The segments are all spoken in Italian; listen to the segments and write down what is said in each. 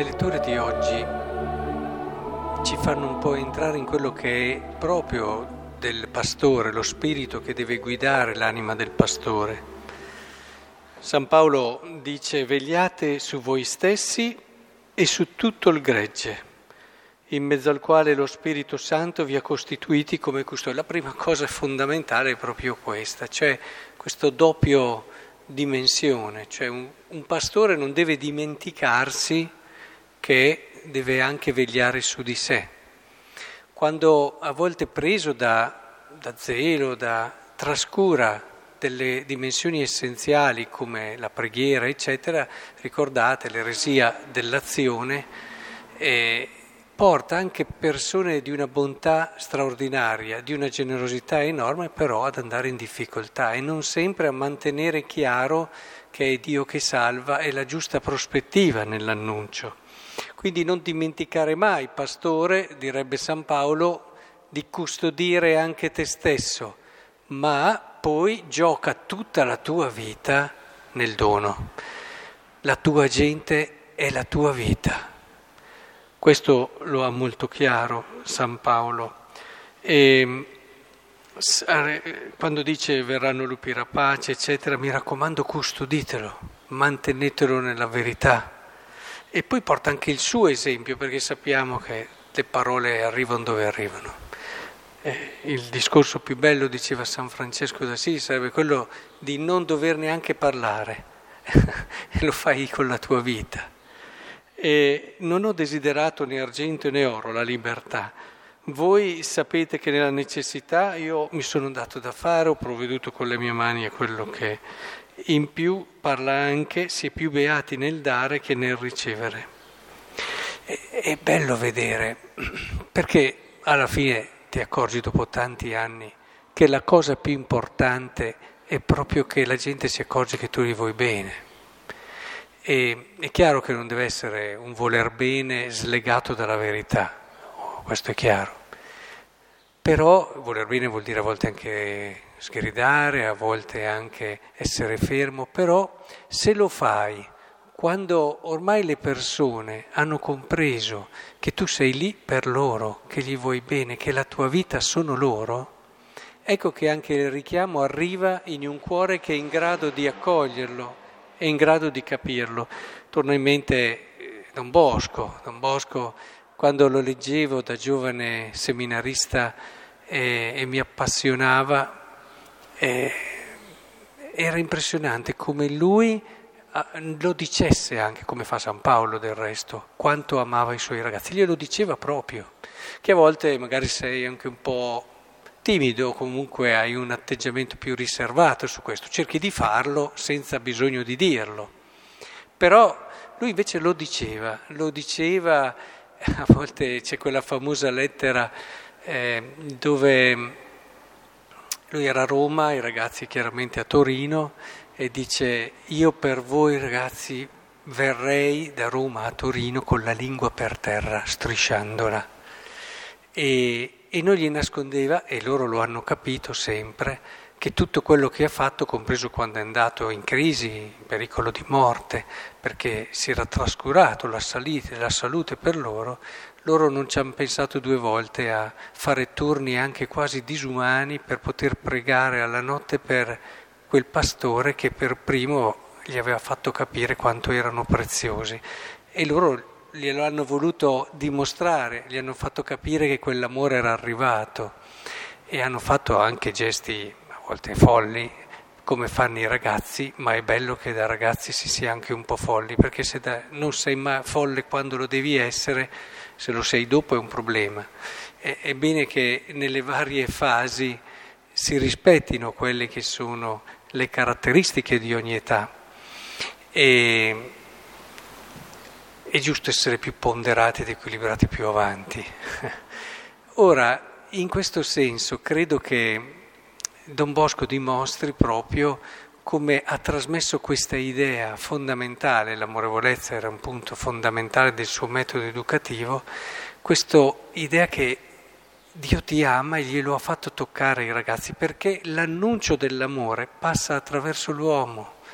Le letture di oggi ci fanno un po' entrare in quello che è proprio del pastore, lo spirito che deve guidare l'anima del pastore. San Paolo dice: vegliate su voi stessi e su tutto il gregge, in mezzo al quale lo Spirito Santo vi ha costituiti come custodi. La prima cosa fondamentale è proprio questa, cioè questo doppio dimensione, cioè un pastore non deve dimenticarsi che deve anche vegliare su di sé. Quando a volte preso da zelo, trascura delle dimensioni essenziali come la preghiera, eccetera, ricordate l'eresia dell'azione, porta anche persone di una bontà straordinaria, di una generosità enorme, però ad andare in difficoltà e non sempre a mantenere chiaro che è Dio che salva e la giusta prospettiva nell'annuncio. Quindi non dimenticare mai, pastore, direbbe San Paolo, di custodire anche te stesso, ma poi gioca tutta la tua vita nel dono. La tua gente è la tua vita. Questo lo ha molto chiaro San Paolo. E quando dice verranno lupi rapaci, eccetera, mi raccomando, custoditelo, mantenetelo nella verità. E poi porta anche il suo esempio, perché sappiamo che le parole arrivano dove arrivano. Il discorso più bello, diceva San Francesco d'Assisi, sarebbe quello di non dover neanche parlare, e lo fai con la tua vita. E non ho desiderato né argento né oro, la libertà. Voi sapete che nella necessità io mi sono dato da fare, ho provveduto con le mie mani a quello che in più parla anche, si è più beati nel dare che nel ricevere. È bello vedere, perché alla fine ti accorgi dopo tanti anni che la cosa più importante è proprio che la gente si accorge che tu gli vuoi bene. E è chiaro che non deve essere un voler bene slegato dalla verità, questo è chiaro. Però voler bene vuol dire a volte anche sgridare, a volte anche essere fermo, però se lo fai quando ormai le persone hanno compreso che tu sei lì per loro, che gli vuoi bene, che la tua vita sono loro, ecco che anche il richiamo arriva in un cuore che è in grado di accoglierlo, è in grado di capirlo. Torna in mente Don Bosco, quando lo leggevo da giovane seminarista e mi appassionava, era impressionante come lui lo dicesse anche, come fa San Paolo del resto, quanto amava i suoi ragazzi, glielo diceva proprio, che a volte magari sei anche un po' timido o comunque hai un atteggiamento più riservato su questo, cerchi di farlo senza bisogno di dirlo, però lui invece lo diceva, a volte c'è quella famosa lettera dove lui era a Roma, i ragazzi chiaramente a Torino, e dice: io per voi ragazzi verrei da Roma a Torino con la lingua per terra, strisciandola. E non gli nascondeva, e loro lo hanno capito sempre, che tutto quello che ha fatto, compreso quando è andato in crisi, in pericolo di morte, perché si era trascurato la salute per loro non ci hanno pensato due volte a fare turni anche quasi disumani per poter pregare alla notte per quel pastore che per primo gli aveva fatto capire quanto erano preziosi. E loro glielo hanno voluto dimostrare, gli hanno fatto capire che quell'amore era arrivato e hanno fatto anche gesti a volte folli, come fanno i ragazzi, ma è bello che da ragazzi si sia anche un po' folli, perché se non sei mai folle quando lo devi essere, se lo sei dopo è un problema. È bene che nelle varie fasi si rispettino quelle che sono le caratteristiche di ogni età. È giusto essere più ponderati ed equilibrati più avanti. Ora, in questo senso, credo che Don Bosco dimostri proprio come ha trasmesso questa idea fondamentale, l'amorevolezza era un punto fondamentale del suo metodo educativo, questa idea che Dio ti ama e glielo ha fatto toccare ai ragazzi, perché l'annuncio dell'amore passa attraverso l'uomo.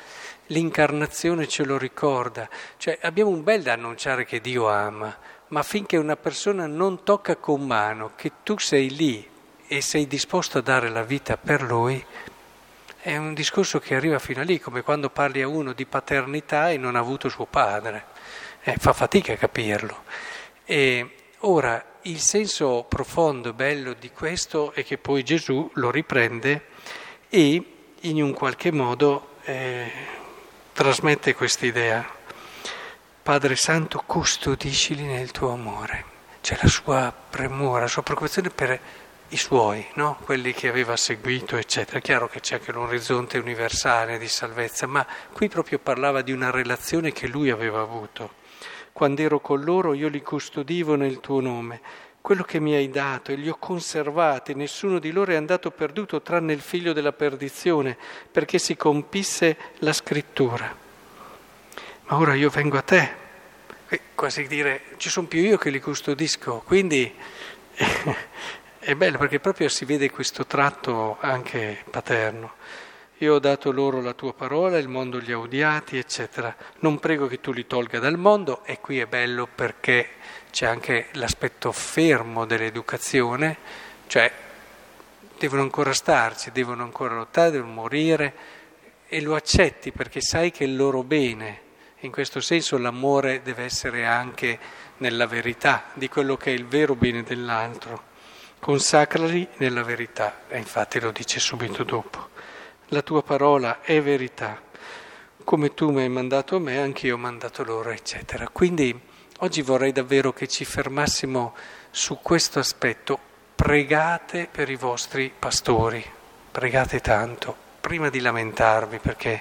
l'incarnazione ce lo ricorda. Cioè abbiamo un bel da annunciare che Dio ama, ma finché una persona non tocca con mano che tu sei lì e sei disposto a dare la vita per lui, è un discorso che arriva fino a lì, come quando parli a uno di paternità e non ha avuto suo padre. Fa fatica a capirlo. E ora il senso profondo e bello di questo è che poi Gesù lo riprende e in un qualche modo trasmette quest'idea. Padre Santo, custodiscili nel tuo amore. C'è la sua premura, la sua preoccupazione per i suoi, no? Quelli che aveva seguito, eccetera. È chiaro che c'è anche un orizzonte universale di salvezza, ma qui proprio parlava di una relazione che lui aveva avuto. Quando ero con loro io li custodivo nel tuo nome. Quello che mi hai dato e li ho conservati, nessuno di loro è andato perduto tranne il figlio della perdizione, perché si compisse la scrittura. Ma ora io vengo a te, quasi dire, ci sono più io che li custodisco, quindi è bello perché proprio si vede questo tratto anche paterno. Io ho dato loro la tua parola, il mondo li ha odiati, eccetera. Non prego che tu li tolga dal mondo, e qui è bello perché c'è anche l'aspetto fermo dell'educazione, cioè devono ancora starci, devono ancora lottare, devono morire, e lo accetti perché sai che è il loro bene. In questo senso l'amore deve essere anche nella verità di quello che è il vero bene dell'altro. Consacrali nella verità, e infatti lo dice subito dopo. La tua parola è verità, come tu mi hai mandato a me, anch'io ho mandato loro, eccetera. Quindi oggi vorrei davvero che ci fermassimo su questo aspetto. Pregate per i vostri pastori, pregate tanto, prima di lamentarvi, perché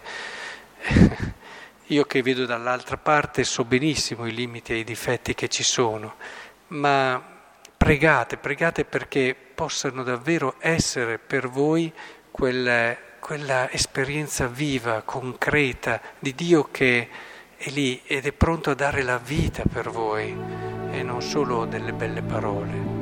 io che vedo dall'altra parte so benissimo i limiti e i difetti che ci sono, ma pregate perché possano davvero essere per voi quella esperienza viva, concreta di Dio che è lì ed è pronto a dare la vita per voi e non solo delle belle parole.